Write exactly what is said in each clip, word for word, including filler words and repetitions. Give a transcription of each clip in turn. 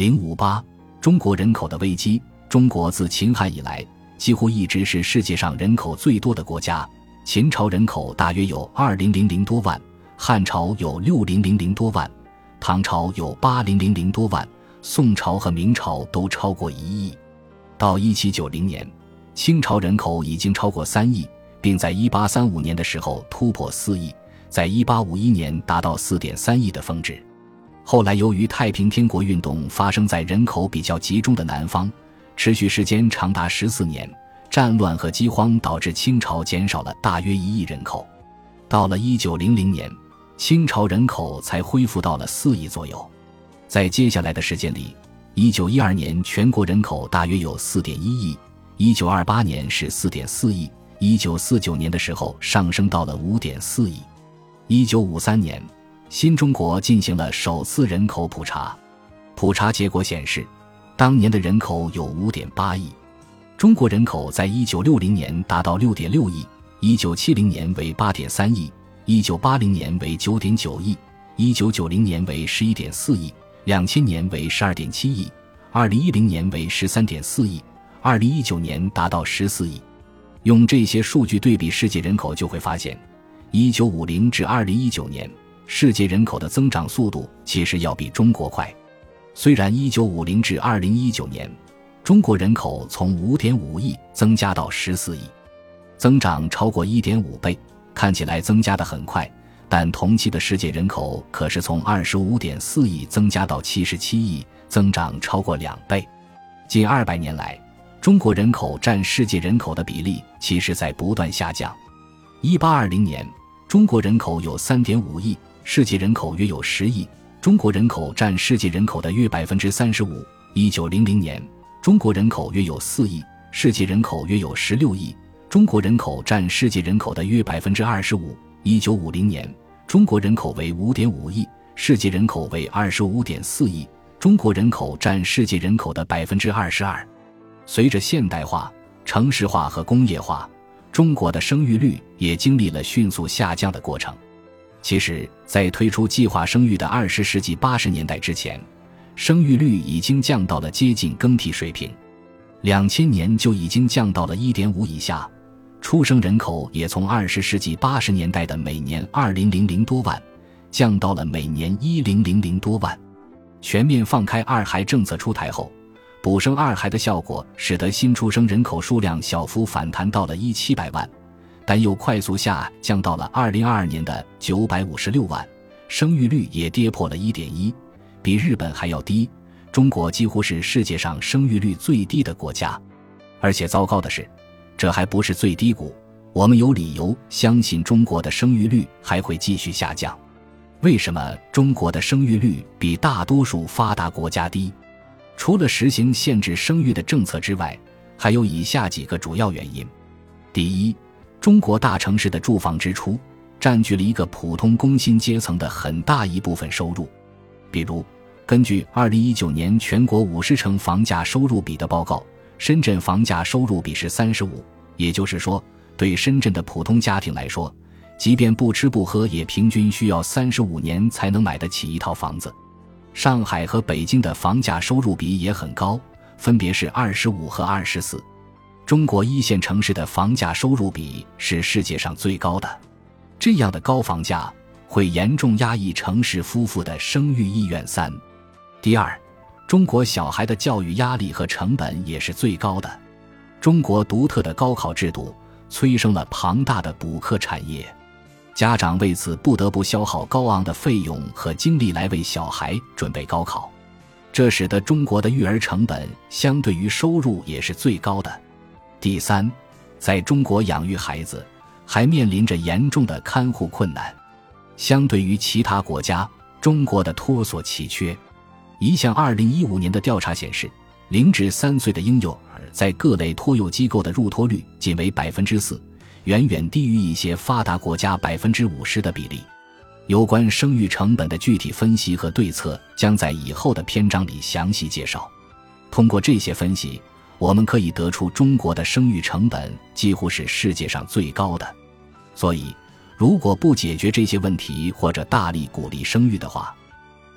零五八中国人口的危机。中国自秦汉以来几乎一直是世界上人口最多的国家，秦朝人口大约有二千多万，汉朝有六千多万，唐朝有八千多万，宋朝和明朝都超过一亿。到一七九零年，清朝人口已经超过三亿，并在一八三五年的时候突破四亿，在一八五一年达到 四点三亿的峰值。后来由于太平天国运动发生在人口比较集中的南方，持续时间长达十四年，战乱和饥荒导致清朝减少了大约一亿人口。到了一九零零年，清朝人口才恢复到了四亿左右。在接下来的时间里，一九一二年全国人口大约有 四点一亿，一九二八年是 四点四亿，一九四九年的时候上升到了 五点四亿。一九五三年，新中国进行了首次人口普查，普查结果显示，当年的人口有 五点八亿。中国人口在一九六零年达到 六点六亿，一九七零年为 八点三亿，一九八零年为 九点九亿，一九九零年为 十一点四亿，两千年为 十二点七亿，二零一零年为 十三点四亿，二零一九年达到十四亿。用这些数据对比世界人口，就会发现一九五零至二零一九年世界人口的增长速度其实要比中国快。虽然一九五零至二零一九年中国人口从 五点五亿增加到十四亿，增长超过 一点五倍，看起来增加得很快，但同期的世界人口可是从 二十五点四亿增加到七十七亿，增长超过两倍。近二百年来，中国人口占世界人口的比例其实在不断下降。一八二零年，中国人口有 三点五亿，世界人口约有十亿，中国人口占世界人口的约 百分之三十五。一九零零年，中国人口约有四亿，世界人口约有十六亿，中国人口占世界人口的约 百分之二十五。一九五零年，中国人口为 五点五亿，世界人口为 二十五点四亿，中国人口占世界人口的 百分之二十二。随着现代化、城市化和工业化，中国的生育率也经历了迅速下降的过程。其实，在推出计划生育的二十世纪八十年代之前，生育率已经降到了接近更替水平，两千年就已经降到了 一点五 以下，出生人口也从二十世纪八十年代的每年二千多万降到了每年一千多万。全面放开二孩政策出台后，补生二孩的效果使得新出生人口数量小幅反弹到了一千七百万，但又快速下降到了二零二二年的九百五十六万，生育率也跌破了 一点一， 比日本还要低。中国几乎是世界上生育率最低的国家。而且糟糕的是，这还不是最低谷，我们有理由相信中国的生育率还会继续下降。为什么中国的生育率比大多数发达国家低？除了实行限制生育的政策之外，还有以下几个主要原因。第一，中国大城市的住房支出占据了一个普通工薪阶层的很大一部分收入。比如，根据二零一九年全国五十城房价收入比的报告，深圳房价收入比是三十五，也就是说，对深圳的普通家庭来说，即便不吃不喝也平均需要三十五年才能买得起一套房子。上海和北京的房价收入比也很高，分别是二十五和二十四。中国一线城市的房价收入比是世界上最高的。这样的高房价会严重压抑城市夫妇的生育意愿。三，第二，中国小孩的教育压力和成本也是最高的。中国独特的高考制度催生了庞大的补课产业，家长为此不得不消耗高昂的费用和精力来为小孩准备高考，这使得中国的育儿成本相对于收入也是最高的。第三，在中国养育孩子还面临着严重的看护困难。相对于其他国家，中国的托所奇缺。一项二零一五年的调查显示，零至三岁的婴幼儿在各类托幼机构的入托率仅为 百分之四， 远远低于一些发达国家 百分之五十 的比例。有关生育成本的具体分析和对策将在以后的篇章里详细介绍。通过这些分析，我们可以得出中国的生育成本几乎是世界上最高的。所以，如果不解决这些问题或者大力鼓励生育的话，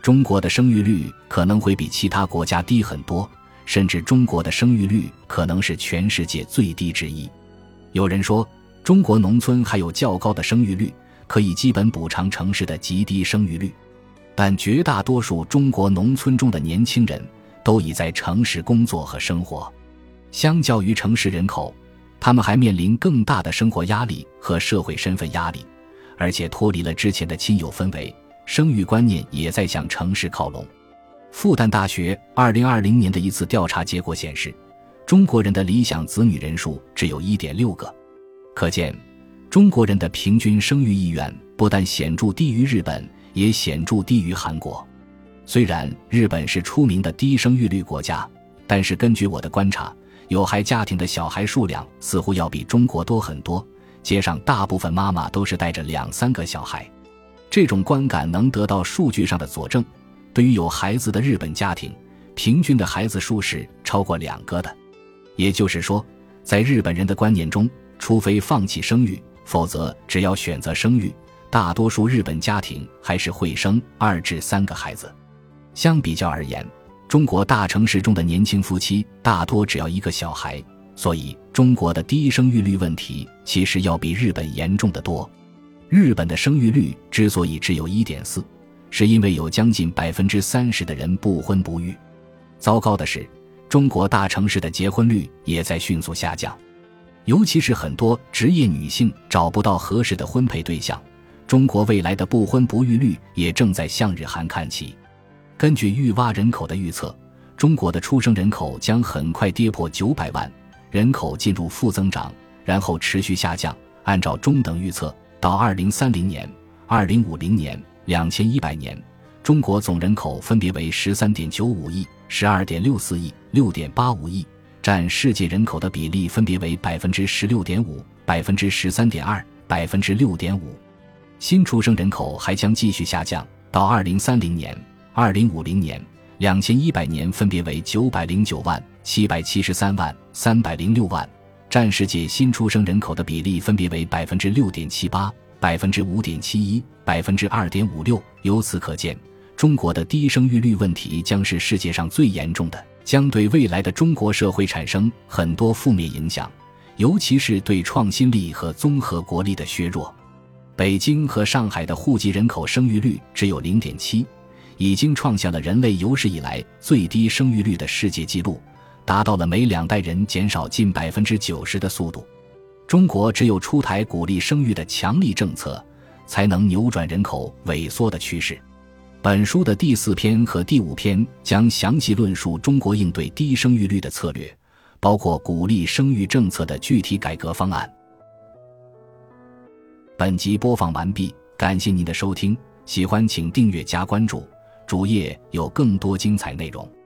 中国的生育率可能会比其他国家低很多，甚至中国的生育率可能是全世界最低之一。有人说，中国农村还有较高的生育率，可以基本补偿城市的极低生育率。但绝大多数中国农村中的年轻人都已在城市工作和生活，相较于城市人口，他们还面临更大的生活压力和社会身份压力，而且脱离了之前的亲友氛围，生育观念也在向城市靠拢。复旦大学二零二零年的一次调查结果显示，中国人的理想子女人数只有 一点六个，可见中国人的平均生育意愿不但显著低于日本，也显著低于韩国。虽然日本是出名的低生育率国家，但是根据我的观察，有孩家庭的小孩数量似乎要比中国多很多，街上大部分妈妈都是带着两三个小孩。这种观感能得到数据上的佐证，对于有孩子的日本家庭，平均的孩子数是超过两个的。也就是说，在日本人的观念中，除非放弃生育，否则只要选择生育，大多数日本家庭还是会生二至三个孩子。相比较而言，中国大城市中的年轻夫妻大多只要一个小孩，所以中国的低生育率问题其实要比日本严重得多。日本的生育率之所以只有 一点四， 是因为有将近 百分之三十 的人不婚不育。糟糕的是，中国大城市的结婚率也在迅速下降，尤其是很多职业女性找不到合适的婚配对象，中国未来的不婚不育率也正在向日韩看齐。根据育蛙人口的预测，中国的出生人口将很快跌破九百万，人口进入负增长，然后持续下降。按照中等预测，到二零三零年、二零五零年、两千一百年，中国总人口分别为 十三点九五亿、十二点六四亿、六点八五亿，占世界人口的比例分别为 百分之十六点五、百分之十三点二、百分之六点五。新出生人口还将继续下降，到二零三零年、二零五零年、两千一百年分别为九百零九万、七百七十三万、三百零六万，占世界新出生人口的比例分别为 百分之六点七八、百分之五点七一、百分之二点五六。由此可见，中国的低生育率问题将是世界上最严重的，将对未来的中国社会产生很多负面影响，尤其是对创新力和综合国力的削弱。北京和上海的户籍人口生育率只有 零点七， 已经创下了人类有史以来最低生育率的世界纪录，达到了每两代人减少近 百分之九十 的速度。中国只有出台鼓励生育的强力政策，才能扭转人口萎缩的趋势。本书的第四篇和第五篇将详细论述中国应对低生育率的策略，包括鼓励生育政策的具体改革方案。本集播放完毕，感谢您的收听，喜欢请订阅加关注，主页有更多精彩内容。